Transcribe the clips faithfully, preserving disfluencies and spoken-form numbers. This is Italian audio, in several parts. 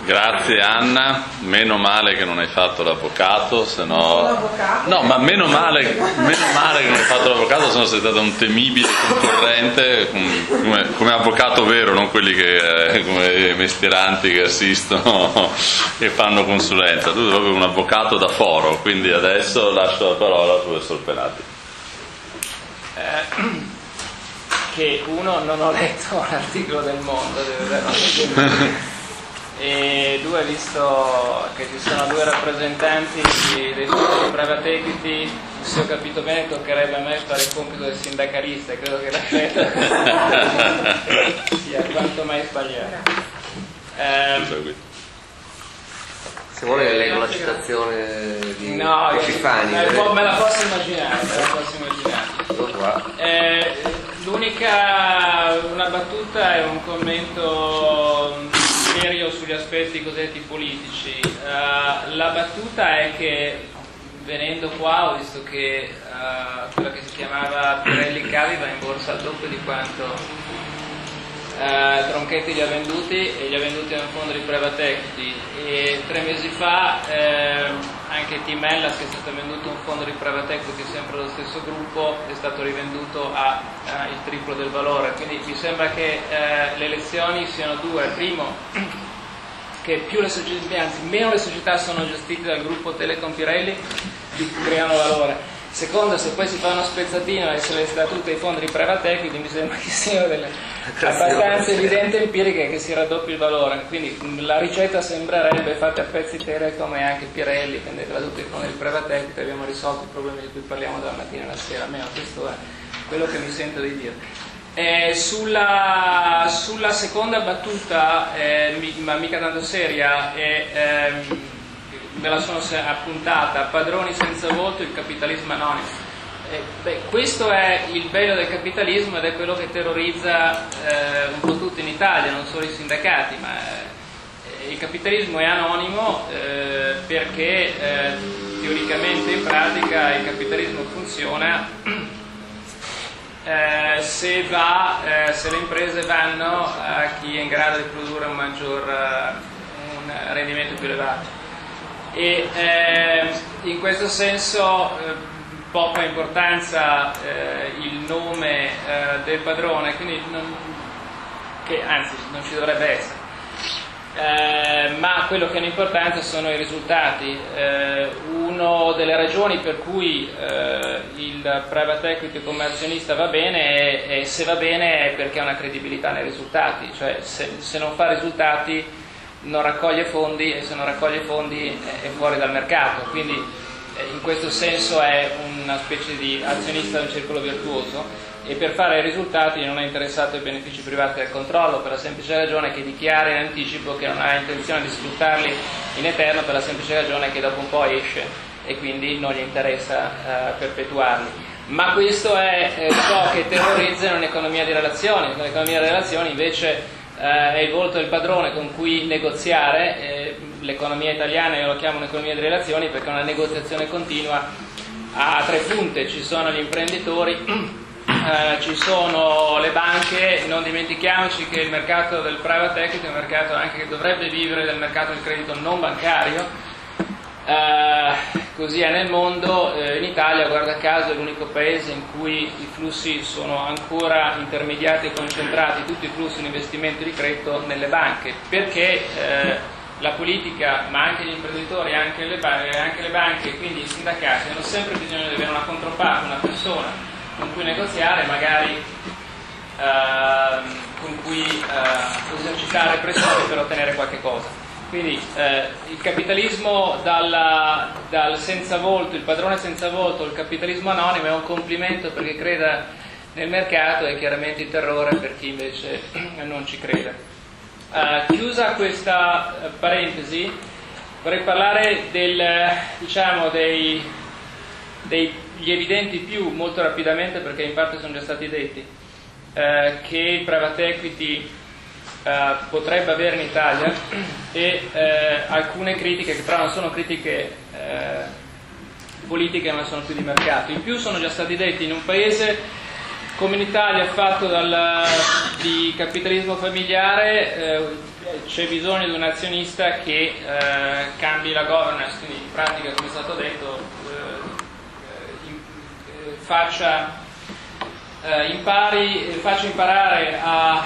Grazie Anna, meno male che non hai fatto l'avvocato, se no... No, ma meno male, meno male che non hai fatto l'avvocato, se no sei stato un temibile concorrente come, come avvocato vero, non quelli che eh, come mestieranti che assistono e fanno consulenza. Tu sei proprio un avvocato da foro, quindi adesso lascio la parola al professor Penati. Eh, che uno, non ho letto l'articolo del Mondo, deve avere e due, visto che ci sono due rappresentanti dei fondi di private equity, se ho capito bene toccherebbe a me fare il compito del sindacalista, e credo che la scelta sia quanto mai sbagliata. Eh, se vuole leggo la citazione di no, Epifani. Me, me la posso immaginare, me la posso immaginare. Eh, l'unica, una battuta e un commento serio sugli aspetti cosiddetti politici. Uh, la battuta è che venendo qua ho visto che uh, quella che si chiamava Pirelli Cavi va in borsa al doppio di quanto uh, Tronchetti li ha venduti, e li ha venduti a un fondo di private equity, e tre mesi fa uh, anche Team Hellas, che è stato venduto un fondo di private equity sempre dallo stesso gruppo, è stato rivenduto a uh, il triplo del valore. Quindi mi sembra che uh, le lezioni siano due: primo, che più le società, anzi meno le società sono gestite dal gruppo Telecom Pirelli, più creano valore. Secondo, se poi si fa uno spezzatino e se le sta tutte i fondi di private equity, mi sembra che siano delle abbastanza evidenti empiriche che si raddoppi il valore. Quindi la ricetta sembrerebbe: fate a pezzi Telecom e anche Pirelli, prendetela tutti i fondi di private equity, abbiamo risolto i problemi di cui parliamo dalla mattina alla sera. Almeno questo è quello che mi sento di dire. Eh, sulla, sulla seconda battuta, eh, mi, ma mica tanto seria, eh, ehm, me la sono appuntata: padroni senza voto, il capitalismo anonimo. Eh, beh, questo è il bello del capitalismo ed è quello che terrorizza eh, un po' tutti in Italia, non solo i sindacati, ma eh, il capitalismo è anonimo eh, perché eh, teoricamente, in pratica, il capitalismo funziona Eh, se, va, eh, se le imprese vanno a chi è in grado di produrre un maggior uh, un rendimento più elevato, e eh, in questo senso eh, poca importanza eh, il nome eh, del padrone, quindi non, che anzi non ci dovrebbe essere. Eh, ma quello che ha un'importanza sono i risultati. Eh, una delle ragioni per cui eh, il private equity come azionista va bene è, è se va bene è perché ha una credibilità nei risultati, cioè se, se non fa risultati non raccoglie fondi, e se non raccoglie fondi è, è fuori dal mercato. Quindi eh, in questo senso è una specie di azionista del circolo virtuoso, e per fare i risultati non è interessato ai benefici privati del controllo, per la semplice ragione che dichiara in anticipo che non ha intenzione di sfruttarli in eterno, per la semplice ragione che dopo un po' esce e quindi non gli interessa uh, perpetuarli. Ma questo è eh, ciò che terrorizza in un'economia di relazioni. L'economia di relazioni invece uh, è il volto del padrone con cui negoziare. Eh, l'economia italiana io lo chiamo un'economia di relazioni perché è una negoziazione continua a tre punte: ci sono gli imprenditori, Uh, ci sono le banche. Non dimentichiamoci che il mercato del private equity è un mercato anche che dovrebbe vivere del mercato del credito non bancario, uh, così è nel mondo. Uh, in Italia, guarda caso, è l'unico paese in cui i flussi sono ancora intermediati e concentrati, tutti i flussi di investimento di credito nelle banche, perché uh, la politica, ma anche gli imprenditori, anche le, anche le banche e quindi i sindacati hanno sempre bisogno di avere una controparte, una persona con cui negoziare, magari eh, con cui eh, esercitare pressione per ottenere qualche cosa. Quindi eh, il capitalismo dalla, dal senza volto, il padrone senza volto, il capitalismo anonimo è un complimento per chi creda nel mercato e chiaramente il terrore per chi invece non ci crede. Eh, chiusa questa eh, parentesi, vorrei parlare del, diciamo, dei, dei gli evidenti più, molto rapidamente, perché in parte sono già stati detti, eh, che il private equity eh, potrebbe avere in Italia, e eh, alcune critiche che però non sono critiche eh, politiche ma sono più di mercato. In più sono già stati detti in un paese come in Italia fatto dal, di capitalismo familiare, eh, c'è bisogno di un azionista che eh, cambi la governance, quindi in pratica, come è stato detto, eh, in, eh, faccia, eh, impari, faccia imparare a,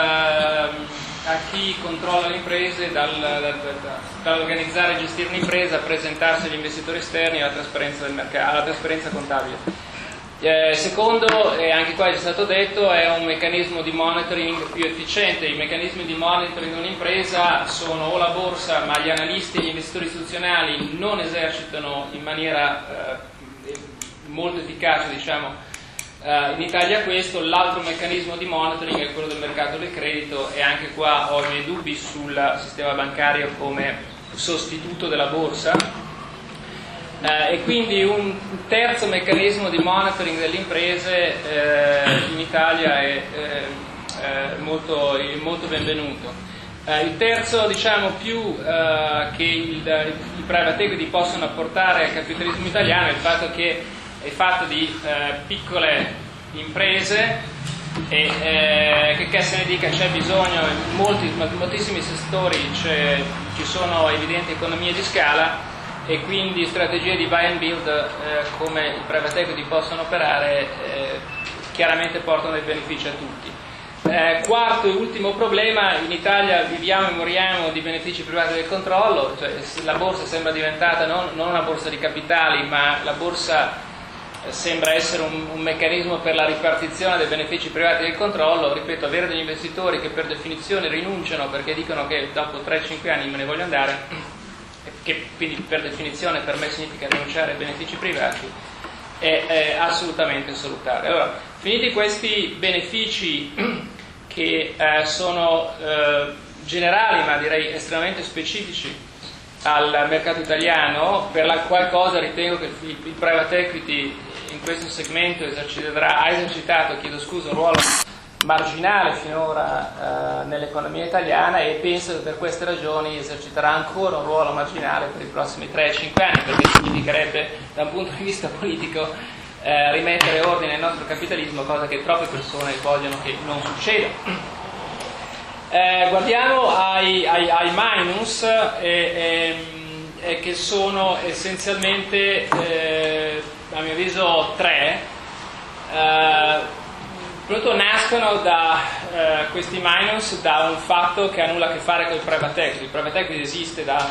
eh, a chi controlla le imprese dal, dal, dall'organizzare e gestire un'impresa a presentarsi agli investitori esterni alla trasparenza del mercato, alla trasparenza contabile. Eh, secondo, e anche qua è stato detto, è un meccanismo di monitoring più efficiente. I meccanismi di monitoring di un'impresa sono o la borsa, ma gli analisti e gli investitori istituzionali non esercitano in maniera eh, molto efficace, diciamo, eh, in Italia questo. L'altro meccanismo di monitoring è quello del mercato del credito, e anche qua ho i miei dubbi sul sistema bancario come sostituto della borsa. Eh, e quindi un terzo meccanismo di monitoring delle imprese eh, in Italia è eh, eh, molto, è molto benvenuto. Eh, il terzo, diciamo, più eh, che il, i private equity possono apportare al capitalismo italiano è il fatto che è fatto di eh, piccole imprese e eh, che, che se ne dica, c'è bisogno in molti, moltissimi settori, ci sono evidenti economie di scala, e quindi strategie di buy and build eh, come i private equity possono operare eh, chiaramente portano dei benefici a tutti. Eh, quarto e ultimo problema: in Italia viviamo e moriamo di benefici privati del controllo, cioè la borsa sembra diventata non, non una borsa di capitali, ma la borsa eh, sembra essere un, un meccanismo per la ripartizione dei benefici privati del controllo. Ripeto, avere degli investitori che per definizione rinunciano perché dicono che dopo tre cinque anni me ne voglio andare, che quindi per definizione per me significa rinunciare ai benefici privati, è, è assolutamente salutare. Allora, finiti questi benefici che eh, sono eh, generali, ma direi estremamente specifici al mercato italiano, per la qual cosa ritengo che il, il private equity in questo segmento eserciterà, ha esercitato, chiedo scusa, un ruolo marginale finora eh, nell'economia italiana, e penso che per queste ragioni eserciterà ancora un ruolo marginale per i prossimi tre cinque anni, perché significherebbe da un punto di vista politico eh, rimettere ordine al nostro capitalismo, cosa che troppe persone vogliono che non succeda. Eh, guardiamo ai, ai, ai minus eh, eh, che sono essenzialmente eh, a mio avviso tre. Eh, Pronto, nascono da eh, questi minus da un fatto che ha nulla a che fare con il private equity. Il private equity esiste da,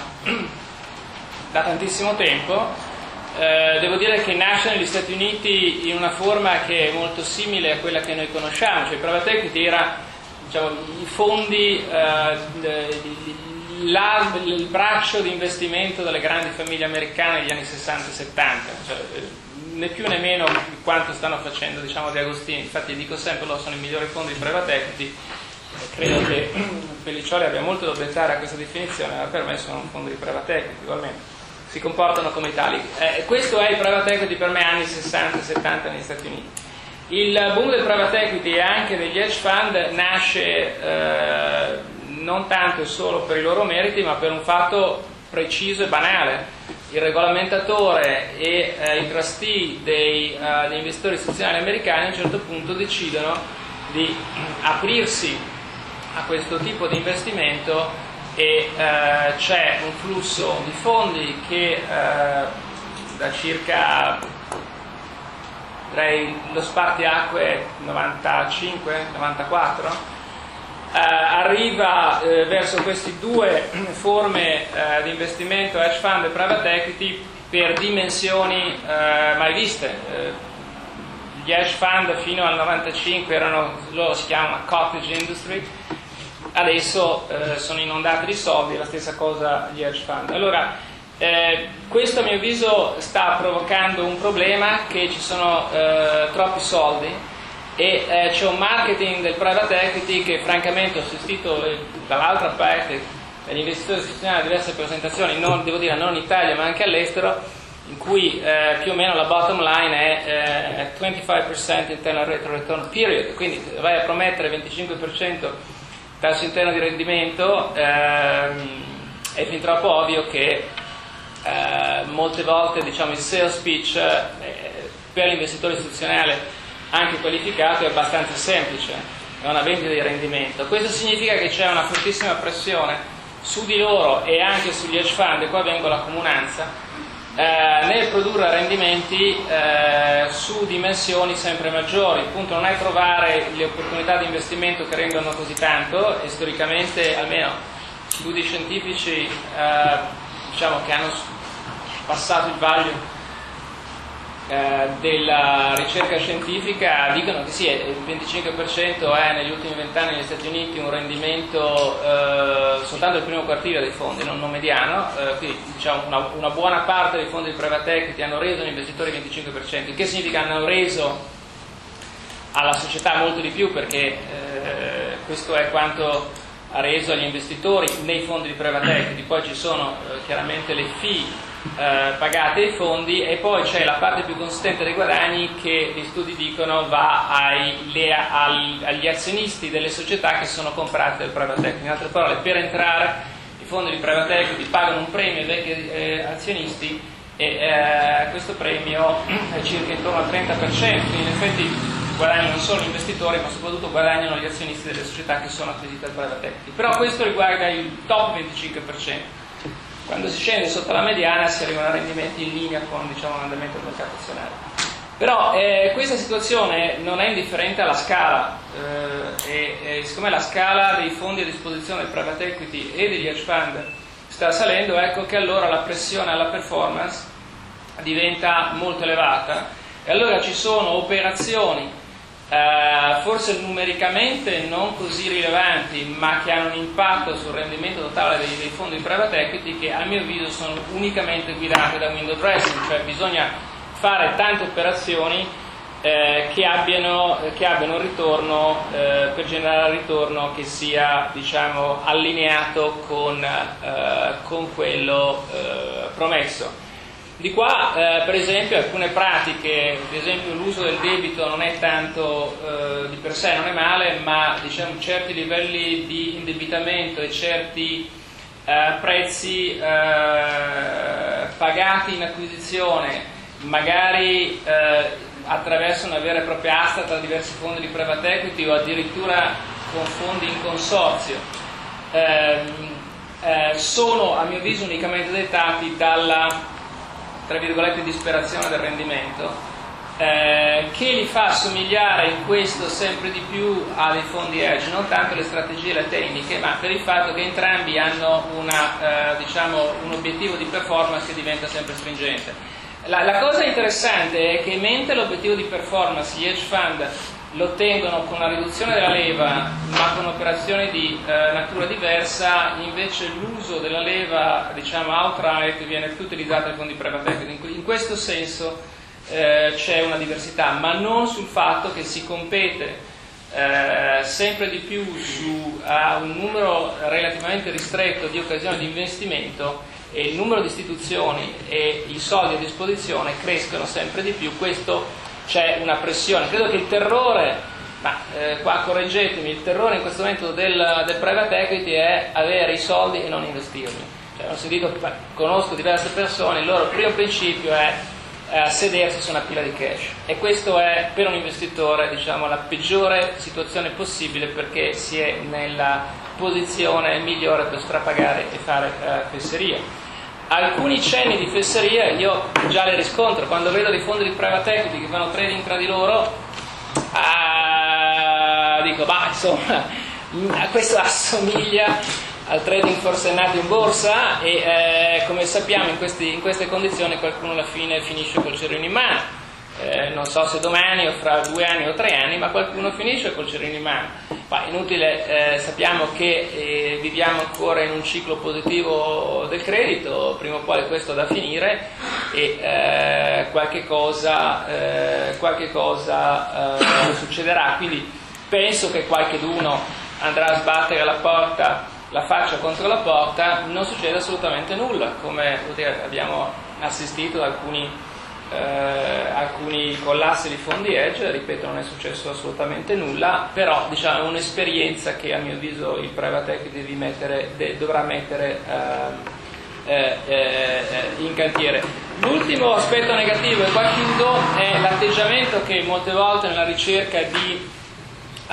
da tantissimo tempo. Eh, devo dire che nasce negli Stati Uniti in una forma che è molto simile a quella che noi conosciamo. Cioè, il private equity era, diciamo, i fondi, eh, la, il braccio di investimento delle grandi famiglie americane degli anni sessanta e settanta. Cioè, né più né meno di quanto stanno facendo, diciamo, di Agostini. Infatti dico sempre, loro sono i migliori fondi di private equity. Credo che Pelliccioli abbia molto da obiettare a questa definizione, ma per me sono un fondo di private equity, ugualmente si comportano come tali. Eh, questo è il private equity per me anni sessanta settanta negli Stati Uniti. Il boom del private equity e anche degli hedge fund nasce eh, non tanto e solo per i loro meriti, ma per un fatto preciso e banale. Il regolamentatore e eh, i trustee dei, uh, degli investitori istituzionali americani a un certo punto decidono di aprirsi a questo tipo di investimento, e uh, c'è un flusso di fondi che uh, da circa, direi, lo spartiacque novantacinque novantaquattro Uh, arriva uh, verso queste due forme uh, di investimento, hedge fund e private equity, per dimensioni uh, mai viste. Uh, gli hedge fund fino al novantacinque erano, loro si chiamano cottage industry, adesso uh, sono inondati di soldi, la stessa cosa gli hedge fund. Allora, eh, questo a mio avviso sta provocando un problema, che ci sono uh, troppi soldi, e eh, c'è un marketing del private equity che francamente ho assistito eh, dall'altra parte dagli investitori istituzionali a diverse presentazioni, non, devo dire non in Italia ma anche all'estero, in cui eh, più o meno la bottom line è eh, venticinque per cento internal rate of return period, quindi vai a promettere venticinque per cento tasso interno di rendimento, ehm, è fin troppo ovvio che eh, molte volte, diciamo, il sales pitch eh, per l'investitore istituzionale anche qualificato, è abbastanza semplice, è una vendita di rendimento. Questo significa che c'è una fortissima pressione su di loro e anche sugli hedge fund, e qua vengo alla comunanza, eh, nel produrre rendimenti eh, su dimensioni sempre maggiori. Il punto non è trovare le opportunità di investimento che rendono così tanto, e storicamente almeno studi scientifici eh, diciamo che hanno passato il vaglio Eh, della ricerca scientifica dicono che sì, il venticinque per cento è negli ultimi vent'anni negli Stati Uniti un rendimento eh, soltanto il primo quartile dei fondi, non, non mediano, eh, quindi diciamo una, una buona parte dei fondi di private equity hanno reso agli investitori il venticinque per cento, il che significa che hanno reso alla società molto di più, perché eh, questo è quanto ha reso agli investitori nei fondi di private equity. Poi ci sono eh, chiaramente le fee Eh, pagate ai fondi, e poi c'è la parte più consistente dei guadagni che gli studi dicono va ai, le, al, agli azionisti delle società che sono comprate dal private equity. In altre parole, per entrare i fondi di private equity pagano un premio ai vecchi eh, azionisti, e eh, questo premio è circa intorno al trenta per cento, quindi in effetti guadagnano non solo gli investitori ma soprattutto guadagnano gli azionisti delle società che sono acquisite dal private equity. Però questo riguarda il top venticinque per cento. Quando si scende sotto la mediana si arrivano a rendimenti in linea con, diciamo, l'andamento del mercato azionario. Però eh, questa situazione non è indifferente alla scala, eh, e, e siccome la scala dei fondi a disposizione del private equity e degli hedge fund sta salendo, ecco che allora la pressione alla performance diventa molto elevata, e allora ci sono operazioni Uh, forse numericamente non così rilevanti, ma che hanno un impatto sul rendimento totale dei, dei fondi di private equity, che a mio avviso sono unicamente guidate da window dressing, cioè bisogna fare tante operazioni eh, che, abbiano, che abbiano un ritorno, eh, per generare un ritorno che sia, diciamo, allineato con, eh, con quello eh, promesso. Di qua, eh, per esempio, alcune pratiche, ad esempio l'uso del debito non è tanto eh, di per sé, non è male, ma diciamo certi livelli di indebitamento e certi eh, prezzi eh, pagati in acquisizione, magari eh, attraverso una vera e propria asta tra diversi fondi di private equity o addirittura con fondi in consorzio, eh, eh, sono a mio avviso unicamente dettati dalla, tra virgolette, disperazione del rendimento, eh, che li fa somigliare in questo sempre di più a dei fondi hedge, non tanto le strategie e le tecniche, ma per il fatto che entrambi hanno una, eh, diciamo, un obiettivo di performance che diventa sempre stringente. La, la cosa interessante è che mentre l'obiettivo di performance gli hedge fund lo ottengono con una riduzione della leva, ma con operazioni di eh, natura diversa, invece l'uso della leva, diciamo, outright viene più utilizzato dai fondi private equity. In questo senso eh, c'è una diversità, ma non sul fatto che si compete eh, sempre di più su a un numero relativamente ristretto di occasioni di investimento, e il numero di istituzioni e i soldi a disposizione crescono sempre di più. Questo c'è una pressione. Credo che il terrore, ma eh, qua correggetemi, il terrore in questo momento del, del private equity è avere i soldi e non investirli. Cioè, ho sentito, conosco diverse persone, il loro primo principio è eh, sedersi su una pila di cash, e questo è per un investitore, diciamo, la peggiore situazione possibile, perché si è nella posizione migliore per strapagare e fare eh, fesseria. Alcuni cenni di fesseria io già le riscontro quando vedo dei fondi di private equity che fanno trading tra di loro. Ah, dico, ma insomma, questo assomiglia al trading forsennato in borsa, e eh, come sappiamo in, questi, in queste condizioni qualcuno alla fine finisce col cerino in mano. Eh, non so se domani o fra due anni o tre anni, ma qualcuno finisce col cerino in mano. Ma inutile, eh, sappiamo che eh, viviamo ancora in un ciclo positivo del credito, prima o poi questo da finire, e eh, qualche cosa, eh, qualche cosa eh, succederà. Quindi penso che qualcheduno andrà a sbattere la porta, la faccia contro la porta, non succede assolutamente nulla, come abbiamo assistito ad alcuni Eh, alcuni collassi di fondi hedge. Ripeto, non è successo assolutamente nulla, però diciamo è un'esperienza che a mio avviso il private equity mettere, de, dovrà mettere eh, eh, eh, in cantiere. L'ultimo aspetto negativo, e qua chiudo, è l'atteggiamento che molte volte nella ricerca di, uh,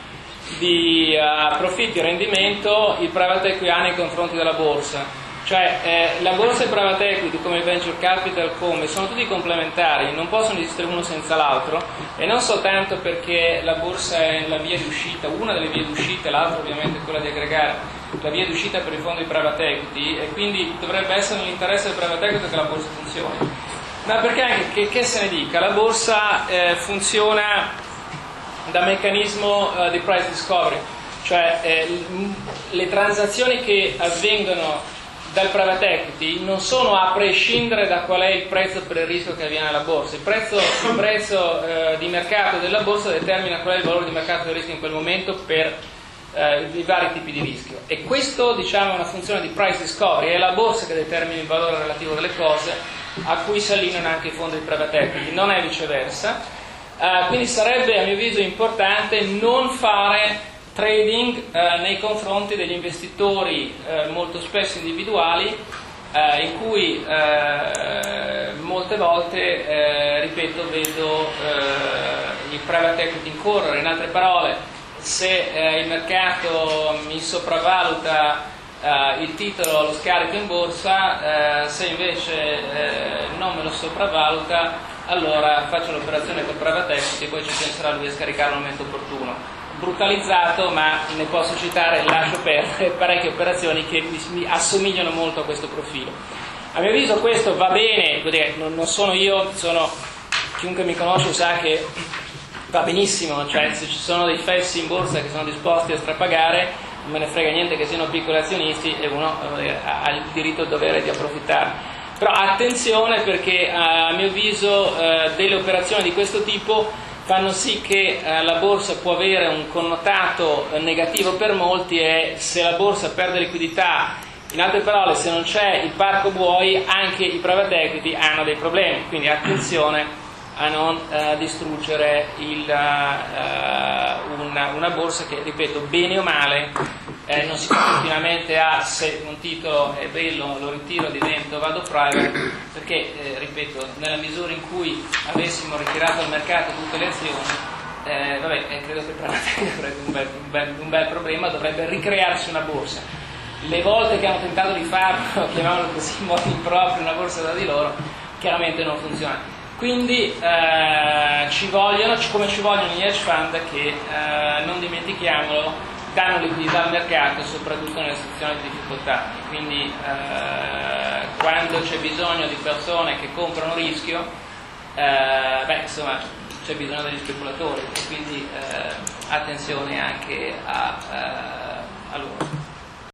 di uh, profitti e rendimento il private equity ha nei confronti della borsa. Cioè eh, la borsa e il private equity, come il venture capital, come sono tutti complementari, non possono esistere uno senza l'altro, e non soltanto perché la borsa è la via di uscita, una delle vie di uscita, l'altra ovviamente è quella di aggregare, la via di uscita per i fondi di private equity, e quindi dovrebbe essere nell'interesse del private equity che la borsa funzioni. Ma perché anche, che, che se ne dica, la borsa eh, funziona da meccanismo eh, di price discovery, cioè eh, le transazioni che avvengono dal private equity non sono a prescindere da qual è il prezzo per il rischio che avviene alla borsa. Il prezzo, il prezzo eh, di mercato della borsa determina qual è il valore di mercato del rischio in quel momento per eh, i vari tipi di rischio, e questo, diciamo, è una funzione di price discovery, è la borsa che determina il valore relativo delle cose, a cui si allineano anche i fondi di private equity, non è viceversa. Eh, quindi sarebbe, a mio avviso, importante non fare trading eh, nei confronti degli investitori eh, molto spesso individuali, eh, in cui eh, molte volte, eh, ripeto, vedo eh, il private equity incorrere. In altre parole, se eh, il mercato mi sopravvaluta eh, il titolo, lo scarico in borsa, eh, se invece eh, non me lo sopravvaluta, allora faccio l'operazione col private equity e poi ci penserà lui a scaricare al momento opportuno. Brutalizzato, ma ne posso citare, lascio perdere, parecchie operazioni che mi, mi assomigliano molto a questo profilo. A mio avviso questo va bene, non, non sono io, sono, chiunque mi conosce sa che va benissimo, cioè se ci sono dei fessi in borsa che sono disposti a strapagare, non me ne frega niente che siano piccoli azionisti e uno eh, ha il diritto e il dovere di approfittare. Però attenzione, perché a mio avviso eh, delle operazioni di questo tipo fanno sì che eh, la borsa può avere un connotato eh, negativo per molti, e se la borsa perde liquidità, in altre parole, se non c'è il parco buoi, anche i private equity hanno dei problemi, quindi attenzione a non eh, distruggere il, uh, una, una borsa che, ripeto, bene o male eh, non si fa continuamente a se un titolo è bello lo ritiro, divento, vado private, perché eh, ripeto, nella misura in cui avessimo ritirato dal mercato tutte le azioni, eh, vabbè, eh, credo che il private avrebbe un bel, un, bel, un bel problema, dovrebbe ricrearsi una borsa. Le volte che hanno tentato di farlo, chiamiamolo così in modo improprio, una borsa da di loro, chiaramente non funziona. Quindi eh, ci vogliono, come ci vogliono gli hedge fund che, eh, non dimentichiamolo, danno liquidità al mercato, soprattutto nelle situazioni di difficoltà. Quindi eh, quando c'è bisogno di persone che comprano rischio, eh, beh, insomma, c'è bisogno degli speculatori, e quindi eh, attenzione anche a, eh, a loro.